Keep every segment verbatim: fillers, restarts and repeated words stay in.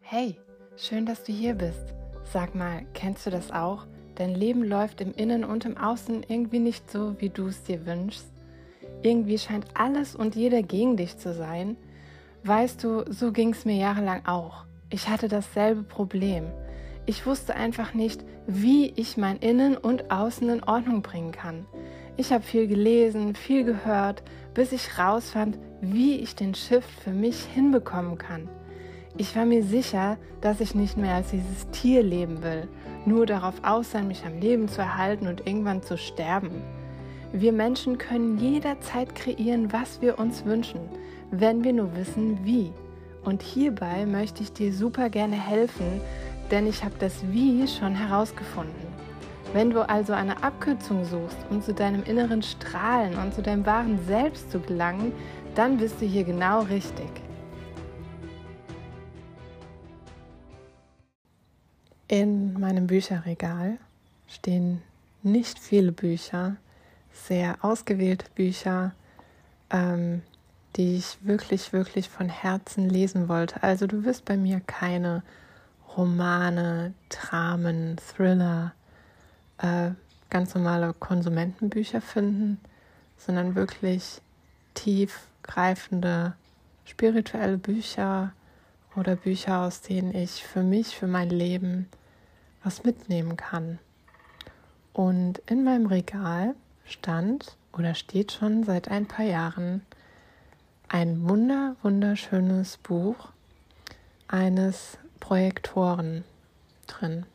Hey, schön, dass du hier bist. Sag mal, kennst du das auch? Dein Leben läuft im Innen und im Außen irgendwie nicht so, wie du es dir wünschst. Irgendwie scheint alles und jeder gegen dich zu sein. Weißt du, so ging es mir jahrelang auch. Ich hatte dasselbe Problem. Ich wusste einfach nicht, wie ich mein Innen und Außen in Ordnung bringen kann. Ich habe viel gelesen, viel gehört, bis ich rausfand, wie ich den Shift für mich hinbekommen kann. Ich war mir sicher, dass ich nicht mehr als dieses Tier leben will, nur darauf aus sein, mich am Leben zu erhalten und irgendwann zu sterben. Wir Menschen können jederzeit kreieren, was wir uns wünschen, wenn wir nur wissen, wie. Und hierbei möchte ich dir super gerne helfen, denn ich habe das Wie schon herausgefunden. Wenn du also eine Abkürzung suchst, um zu deinem inneren Strahlen und zu deinem wahren Selbst zu gelangen, dann bist du hier genau richtig. In meinem Bücherregal stehen nicht viele Bücher, sehr ausgewählte Bücher, ähm, die ich wirklich, wirklich von Herzen lesen wollte. Also du wirst bei mir keine Romane, Dramen, Thriller, äh, ganz normale Konsumentenbücher finden, sondern wirklich tiefgreifende spirituelle Bücher oder Bücher, aus denen ich für mich, für mein Leben was mitnehmen kann. Und in meinem Regal stand oder steht schon seit ein paar Jahren ein wunder, wunderschönes Buch eines Projektoren drin.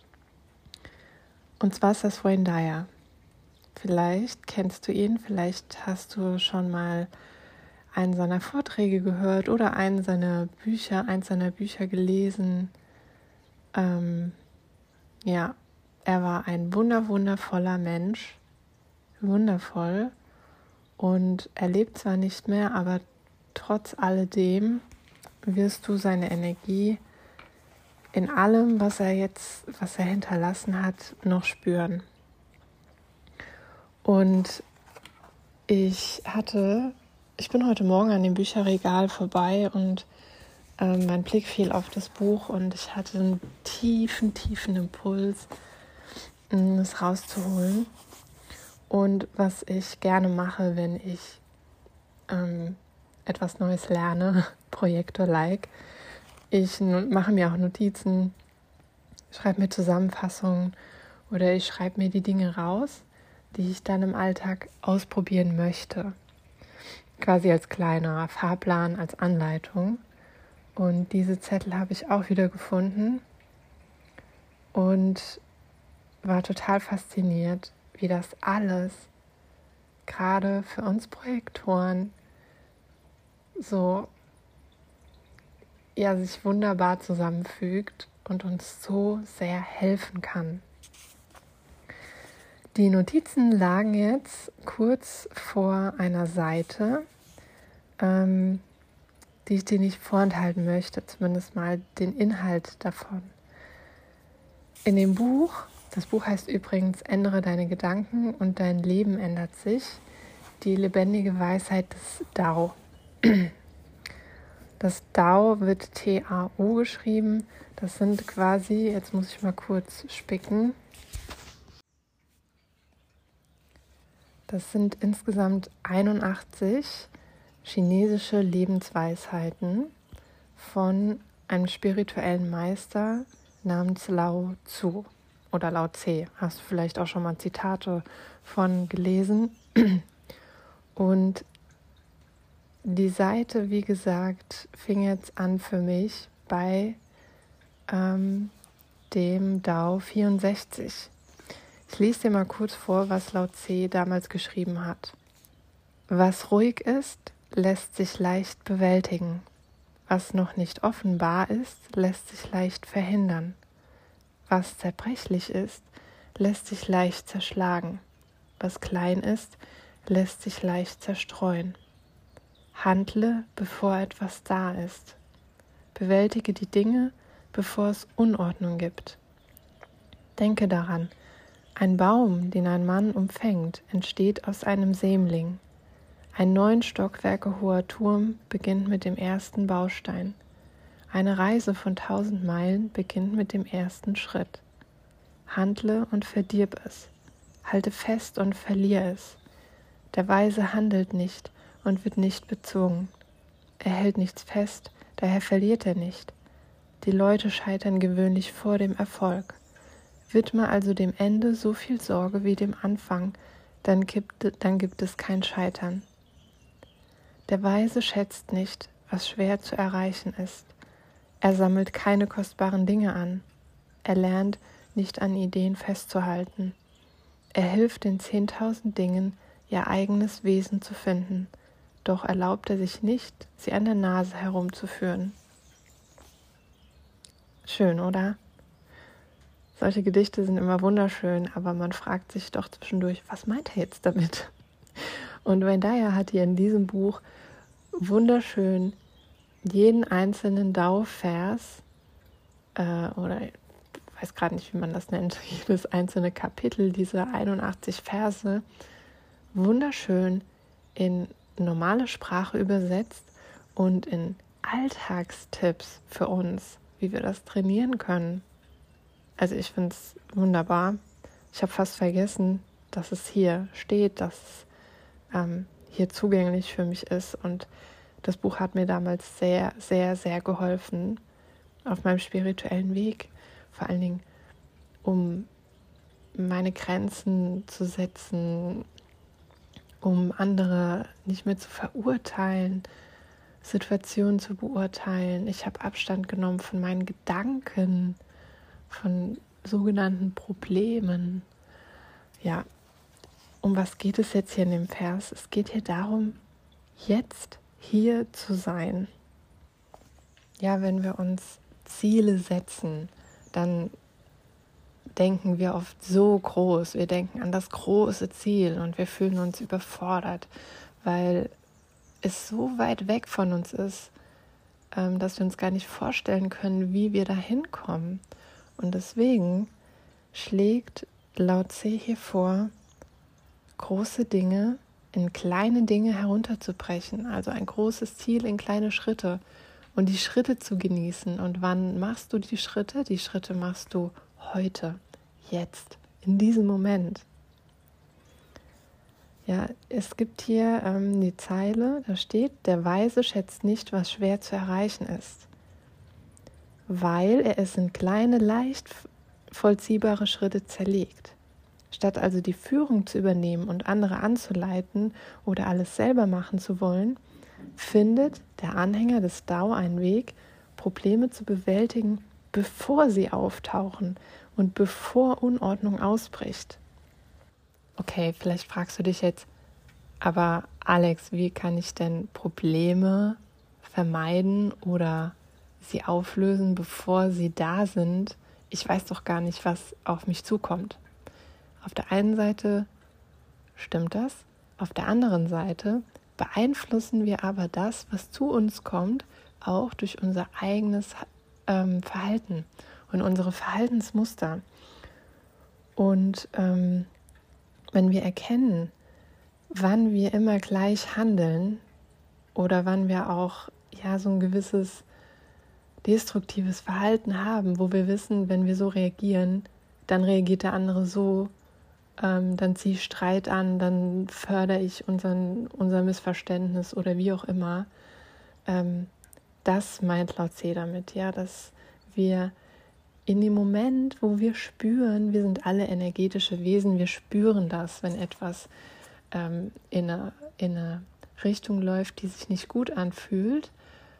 Und zwar ist das Wayne Dyer. Vielleicht kennst du ihn, vielleicht hast du schon mal einen seiner Vorträge gehört oder einen seiner Bücher, eins seiner Bücher gelesen. Ähm, ja, er war ein wunder, wundervoller Mensch, wundervoll, und er lebt zwar nicht mehr, aber trotz alledem wirst du seine Energie in allem, was er jetzt, was er hinterlassen hat, noch spüren. Und ich hatte, ich bin heute Morgen an dem Bücherregal vorbei und äh, mein Blick fiel auf das Buch und ich hatte einen tiefen, tiefen Impuls, es rauszuholen. Und was ich gerne mache, wenn ich ähm, etwas Neues lerne, Projektor-like, ich mache mir auch Notizen, schreibe mir Zusammenfassungen oder ich schreibe mir die Dinge raus, die ich dann im Alltag ausprobieren möchte. Quasi als kleiner Fahrplan, als Anleitung. Und diese Zettel habe ich auch wieder gefunden und war total fasziniert, wie das alles gerade für uns Projektoren so ja, sich wunderbar zusammenfügt und uns so sehr helfen kann. Die Notizen lagen jetzt kurz vor einer Seite, ähm, die ich dir nicht vorenthalten möchte, zumindest mal den Inhalt davon. In dem Buch, das Buch heißt übrigens Ändere deine Gedanken und dein Leben ändert sich, die lebendige Weisheit des Tao. Das Tao wird T A O geschrieben. Das sind quasi, jetzt muss ich mal kurz spicken, das sind insgesamt einundachtzig chinesische Lebensweisheiten von einem spirituellen Meister namens Lao Tzu oder Lao Tse. Hast du vielleicht auch schon mal Zitate von gelesen. Und die Seite, wie gesagt, fing jetzt an für mich bei ähm, dem Tao vierundsechzig. Ich lese dir mal kurz vor, was Lao Tse damals geschrieben hat. Was ruhig ist, lässt sich leicht bewältigen. Was noch nicht offenbar ist, lässt sich leicht verhindern. Was zerbrechlich ist, lässt sich leicht zerschlagen. Was klein ist, lässt sich leicht zerstreuen. Handle, bevor etwas da ist. Bewältige die Dinge, bevor es Unordnung gibt. Denke daran, ein Baum, den ein Mann umfängt, entsteht aus einem Sämling. Ein neun Stockwerke hoher Turm beginnt mit dem ersten Baustein. Eine Reise von tausend Meilen beginnt mit dem ersten Schritt. Handle und verdirb es. Halte fest und verlier es. Der Weise handelt nicht und wird nicht bezwungen. Er hält nichts fest, daher verliert er nicht. Die Leute scheitern gewöhnlich vor dem Erfolg. Widme also dem Ende so viel Sorge wie dem Anfang, dann gibt, dann gibt es kein Scheitern. Der Weise schätzt nicht, was schwer zu erreichen ist. Er sammelt keine kostbaren Dinge an. Er lernt, nicht an Ideen festzuhalten. Er hilft den zehntausend Dingen, ihr eigenes Wesen zu finden, doch erlaubt er sich nicht, sie an der Nase herumzuführen. Schön, oder? Solche Gedichte sind immer wunderschön, aber man fragt sich doch zwischendurch, was meint er jetzt damit? Und Wayne Dyer hat hier in diesem Buch wunderschön jeden einzelnen Dao-Vers äh, oder ich weiß gerade nicht, wie man das nennt, jedes einzelne Kapitel, diese einundachtzig Verse, wunderschön in normale Sprache übersetzt und in Alltagstipps für uns, wie wir das trainieren können. Also ich finde es wunderbar. Ich habe fast vergessen, dass es hier steht, dass es ähm, hier zugänglich für mich ist. Und das Buch hat mir damals sehr, sehr, sehr geholfen auf meinem spirituellen Weg. Vor allen Dingen, um meine Grenzen zu setzen, um andere nicht mehr zu verurteilen, Situationen zu beurteilen. Ich habe Abstand genommen von meinen Gedanken, von sogenannten Problemen. Ja, um was geht es jetzt hier in dem Vers? Es geht hier darum, jetzt hier zu sein. Ja, wenn wir uns Ziele setzen, dann denken wir oft so groß. Wir denken an das große Ziel und wir fühlen uns überfordert, weil es so weit weg von uns ist, dass wir uns gar nicht vorstellen können, wie wir da hinkommen. Und deswegen schlägt Lao Tse hier vor, große Dinge in kleine Dinge herunterzubrechen, also ein großes Ziel in kleine Schritte und die Schritte zu genießen. Und wann machst du die Schritte? Die Schritte machst du heute, jetzt, in diesem Moment. Ja, es gibt hier ähm, die Zeile, da steht, der Weise schätzt nicht, was schwer zu erreichen ist, weil er es in kleine, leicht vollziehbare Schritte zerlegt. Statt also die Führung zu übernehmen und andere anzuleiten oder alles selber machen zu wollen, findet der Anhänger des Dao einen Weg, Probleme zu bewältigen, bevor sie auftauchen und bevor Unordnung ausbricht. Okay, vielleicht fragst du dich jetzt, aber Alex, wie kann ich denn Probleme vermeiden oder sie auflösen, bevor sie da sind? Ich weiß doch gar nicht, was auf mich zukommt. Auf der einen Seite stimmt das, auf der anderen Seite beeinflussen wir aber das, was zu uns kommt, auch durch unser eigenes ähm, Verhalten und unsere Verhaltensmuster. Und ähm, wenn wir erkennen, wann wir immer gleich handeln oder wann wir auch ja so ein gewisses destruktives Verhalten haben, wo wir wissen, wenn wir so reagieren, dann reagiert der andere so, ähm, dann ziehe ich Streit an, dann fördere ich unseren, unser Missverständnis oder wie auch immer. Ähm, das meint Lao Tse damit, ja, dass wir in dem Moment, wo wir spüren, wir sind alle energetische Wesen, wir spüren das, wenn etwas ähm, in, eine, in eine Richtung läuft, die sich nicht gut anfühlt,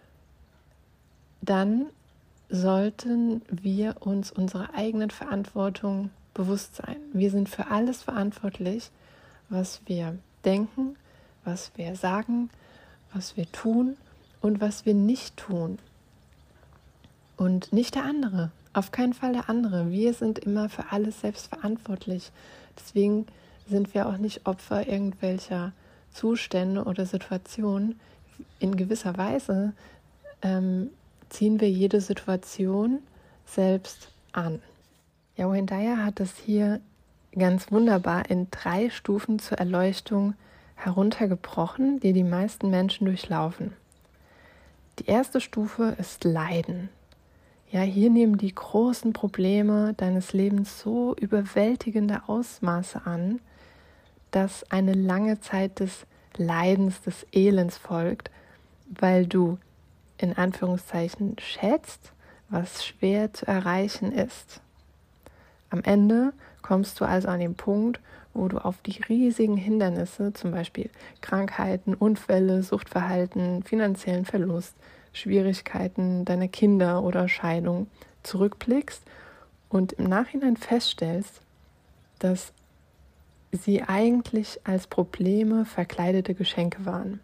dann sollten wir uns unserer eigenen Verantwortung bewusst sein. Wir sind für alles verantwortlich, was wir denken, was wir sagen, was wir tun und was wir nicht tun. Und nicht der andere, auf keinen Fall der andere. Wir sind immer für alles selbst verantwortlich. Deswegen sind wir auch nicht Opfer irgendwelcher Zustände oder Situationen. In gewisser Weise ähm, ziehen wir jede Situation selbst an. Ja, Wayne Dyer hat es hier ganz wunderbar in drei Stufen zur Erleuchtung heruntergebrochen, die die meisten Menschen durchlaufen. Die erste Stufe ist Leiden. Ja, hier nehmen die großen Probleme deines Lebens so überwältigende Ausmaße an, dass eine lange Zeit des Leidens, des Elends folgt, weil du in Anführungszeichen schätzt, was schwer zu erreichen ist. Am Ende kommst du also an den Punkt, wo du auf die riesigen Hindernisse, zum Beispiel Krankheiten, Unfälle, Suchtverhalten, finanziellen Verlust, Schwierigkeiten deiner Kinder oder Scheidung zurückblickst und im Nachhinein feststellst, dass sie eigentlich als Probleme verkleidete Geschenke waren.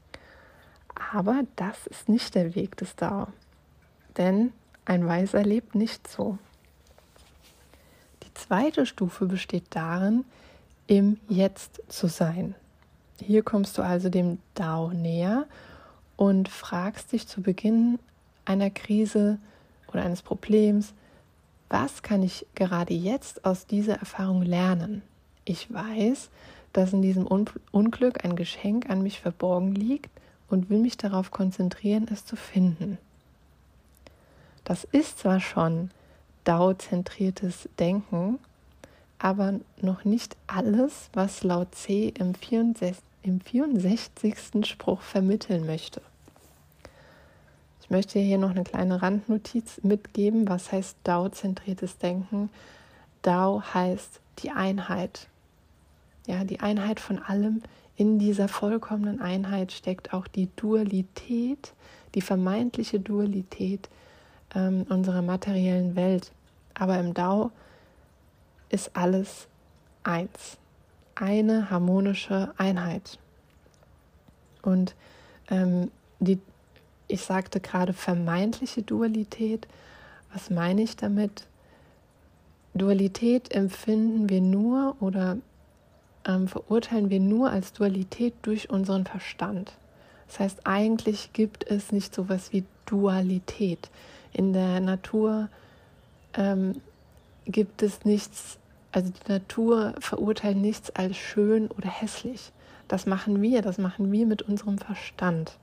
Aber das ist nicht der Weg des Dao, denn ein Weiser lebt nicht so. Die zweite Stufe besteht darin, im Jetzt zu sein. Hier kommst du also dem Dao näher und fragst dich zu Beginn einer Krise oder eines Problems, was kann ich gerade jetzt aus dieser Erfahrung lernen? Ich weiß, dass in diesem Un- Unglück ein Geschenk an mich verborgen liegt und will mich darauf konzentrieren, es zu finden. Das ist zwar schon Dao-zentriertes Denken, aber noch nicht alles, was Lao Tse im vierundsechzigsten Spruch vermitteln möchte. Ich möchte hier noch eine kleine Randnotiz mitgeben. Was heißt Dao-zentriertes Denken? Dao heißt die Einheit. Ja, die Einheit von allem. In dieser vollkommenen Einheit steckt auch die Dualität, die vermeintliche Dualität ähm, unserer materiellen Welt. Aber im Dao ist alles eins. Eine harmonische Einheit. Und ähm, die, ich sagte gerade vermeintliche Dualität. Was meine ich damit? Dualität empfinden wir nur oder ähm, verurteilen wir nur als Dualität durch unseren Verstand. Das heißt, eigentlich gibt es nicht sowas wie Dualität. In der Natur ähm, gibt es nichts, also die Natur verurteilt nichts als schön oder hässlich. Das machen wir, das machen wir mit unserem Verstand.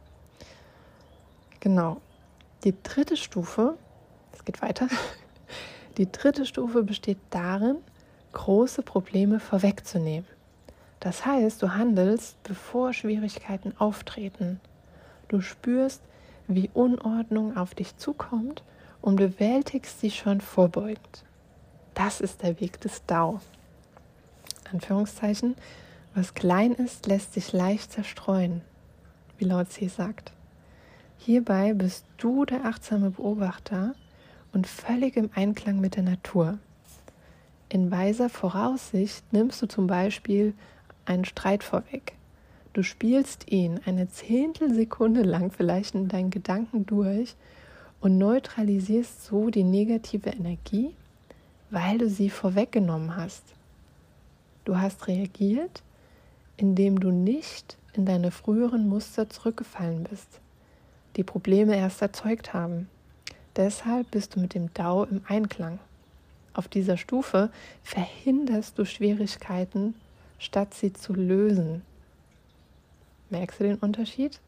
Genau. Die dritte Stufe, es geht weiter, die dritte Stufe besteht darin, große Probleme vorwegzunehmen. Das heißt, du handelst, bevor Schwierigkeiten auftreten. Du spürst, wie Unordnung auf dich zukommt und bewältigst sie schon vorbeugend. Das ist der Weg des Dao. Anführungszeichen, was klein ist, lässt sich leicht zerstreuen, wie Lao Tse sagt. Hierbei bist du der achtsame Beobachter und völlig im Einklang mit der Natur. In weiser Voraussicht nimmst du zum Beispiel einen Streit vorweg. Du spielst ihn eine Zehntelsekunde lang vielleicht in deinen Gedanken durch und neutralisierst so die negative Energie, weil du sie vorweggenommen hast. Du hast reagiert, indem du nicht in deine früheren Muster zurückgefallen bist, die Probleme erst erzeugt haben. Deshalb bist du mit dem Dao im Einklang. Auf dieser Stufe verhinderst du Schwierigkeiten, statt sie zu lösen. Merkst du den Unterschied?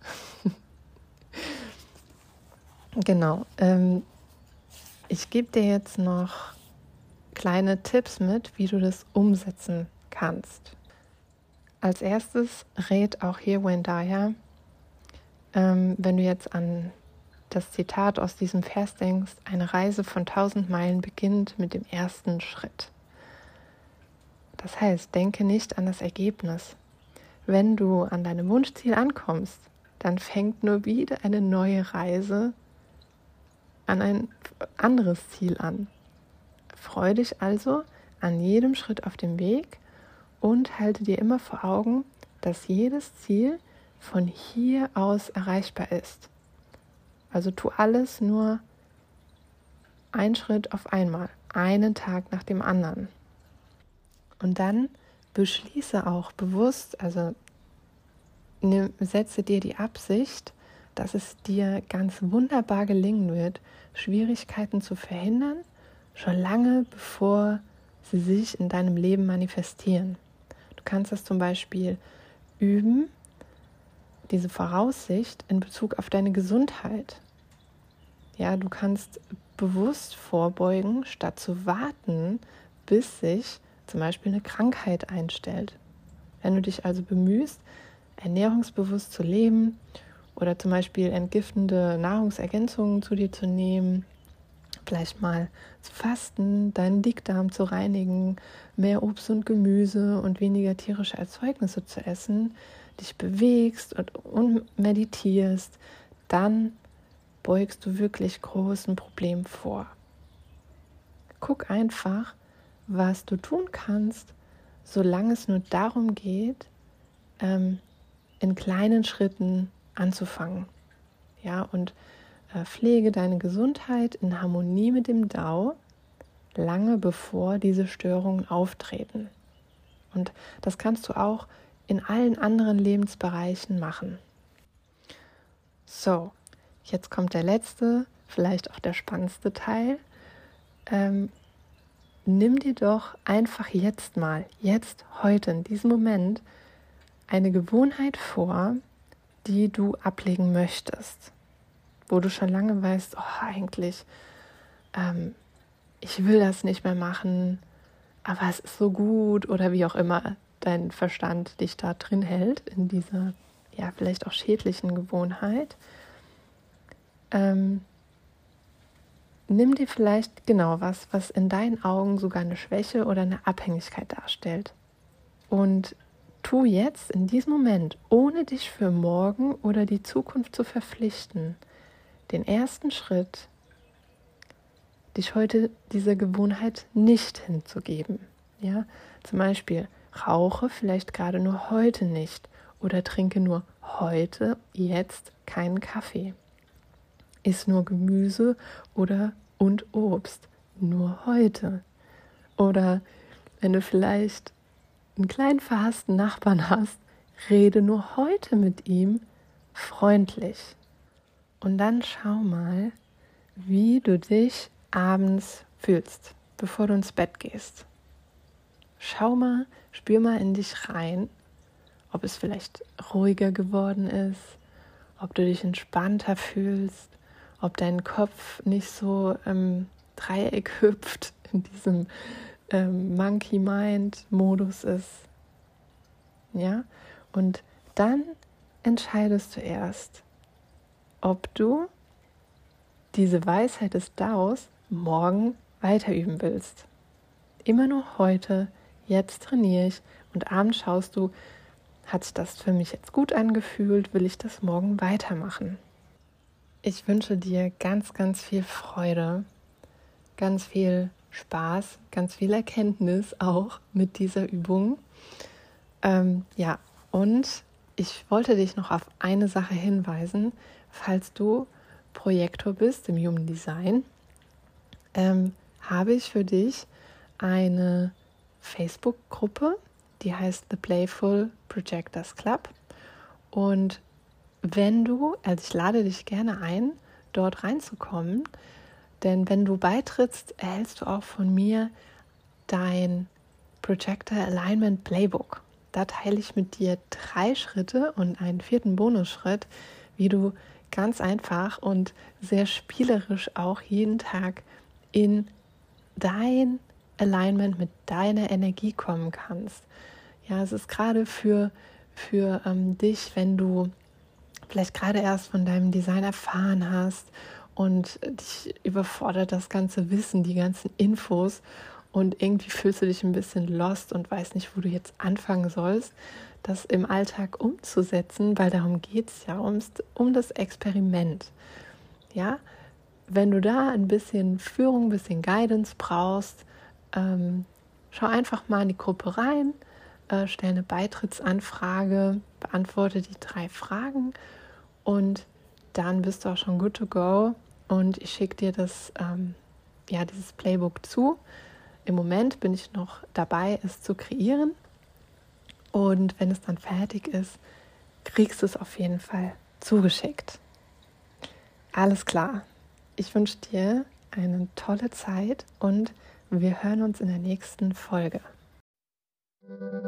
Genau. Ähm, ich gebe dir jetzt noch kleine Tipps mit, wie du das umsetzen kannst. Als erstes rät auch hier Wayne Dyer, ähm, wenn du jetzt an das Zitat aus diesem Vers denkst, eine Reise von tausend Meilen beginnt mit dem ersten Schritt. Das heißt, denke nicht an das Ergebnis. Wenn du an deinem Wunschziel ankommst, dann fängt nur wieder eine neue Reise an ein anderes Ziel an. Freu dich also an jedem Schritt auf dem Weg und halte dir immer vor Augen, dass jedes Ziel von hier aus erreichbar ist. Also tu alles nur einen Schritt auf einmal, einen Tag nach dem anderen. Und dann beschließe auch bewusst, also nimm, setze dir die Absicht, dass es dir ganz wunderbar gelingen wird, Schwierigkeiten zu verhindern, schon lange bevor sie sich in deinem Leben manifestieren. Du kannst das zum Beispiel üben, diese Voraussicht in Bezug auf deine Gesundheit. Ja, du kannst bewusst vorbeugen, statt zu warten, bis sich zum Beispiel eine Krankheit einstellt. Wenn du dich also bemühst, ernährungsbewusst zu leben oder zum Beispiel entgiftende Nahrungsergänzungen zu dir zu nehmen, vielleicht mal zu fasten, deinen Dickdarm zu reinigen, mehr Obst und Gemüse und weniger tierische Erzeugnisse zu essen, dich bewegst und, und meditierst, dann beugst du wirklich großen Problemen vor. Guck einfach, was du tun kannst, solange es nur darum geht, ähm, in kleinen Schritten anzufangen. Ja, und äh, pflege deine Gesundheit in Harmonie mit dem Tao, lange bevor diese Störungen auftreten. Und das kannst du auch in allen anderen Lebensbereichen machen. So, jetzt kommt der letzte, vielleicht auch der spannendste Teil. Ähm, nimm dir doch einfach jetzt mal, jetzt, heute, in diesem Moment, eine Gewohnheit vor, die du ablegen möchtest, wo du schon lange weißt, oh, eigentlich, ähm, ich will das nicht mehr machen, aber es ist so gut oder wie auch immer dein Verstand dich da drin hält, in dieser, ja, vielleicht auch schädlichen Gewohnheit. Ähm, nimm dir vielleicht genau was, was in deinen Augen sogar eine Schwäche oder eine Abhängigkeit darstellt. Und tu jetzt in diesem Moment, ohne dich für morgen oder die Zukunft zu verpflichten, den ersten Schritt, dich heute dieser Gewohnheit nicht hinzugeben. Ja? Zum Beispiel rauche vielleicht gerade nur heute nicht oder trinke nur heute, jetzt keinen Kaffee. Iss nur Gemüse oder und Obst, nur heute. Oder wenn du vielleicht einen kleinen verhassten Nachbarn hast, rede nur heute mit ihm freundlich. Und dann schau mal, wie du dich abends fühlst, bevor du ins Bett gehst. Schau mal, spür mal in dich rein, ob es vielleicht ruhiger geworden ist, ob du dich entspannter fühlst, ob dein Kopf nicht so im Dreieck hüpft, in diesem ähm, Monkey-Mind-Modus ist. Ja? Und dann entscheidest du erst, ob du diese Weisheit des Daos morgen weiterüben willst. Immer nur heute, jetzt trainiere ich und abends schaust du, hat sich das für mich jetzt gut angefühlt, will ich das morgen weitermachen. Ich wünsche dir ganz, ganz viel Freude, ganz viel Spaß, ganz viel Erkenntnis auch mit dieser Übung. Ähm, ja, und ich wollte dich noch auf eine Sache hinweisen, falls du Projektor bist im Human Design, ähm, habe ich für dich eine Facebook-Gruppe, die heißt The Playful Projectors Club. Und wenn du, also ich lade dich gerne ein, dort reinzukommen, denn wenn du beitrittst, erhältst du auch von mir dein Projector Alignment Playbook. Da teile ich mit dir drei Schritte und einen vierten Bonusschritt, wie du ganz einfach und sehr spielerisch auch jeden Tag in dein Alignment mit deiner Energie kommen kannst. Ja, es ist gerade für, für ähm, dich, wenn du vielleicht gerade erst von deinem Design erfahren hast und dich überfordert das ganze Wissen, die ganzen Infos und irgendwie fühlst du dich ein bisschen lost und weißt nicht, wo du jetzt anfangen sollst, das im Alltag umzusetzen, weil darum geht es ja, ums, um das Experiment. Ja, wenn du da ein bisschen Führung, ein bisschen Guidance brauchst, ähm, schau einfach mal in die Gruppe rein, äh, stell eine Beitrittsanfrage, beantworte die drei Fragen und dann bist du auch schon good to go und ich schicke dir das, ähm, ja, dieses Playbook zu. Im Moment bin ich noch dabei, es zu kreieren und wenn es dann fertig ist, kriegst du es auf jeden Fall zugeschickt. Alles klar. Ich wünsche dir eine tolle Zeit und wir hören uns in der nächsten Folge.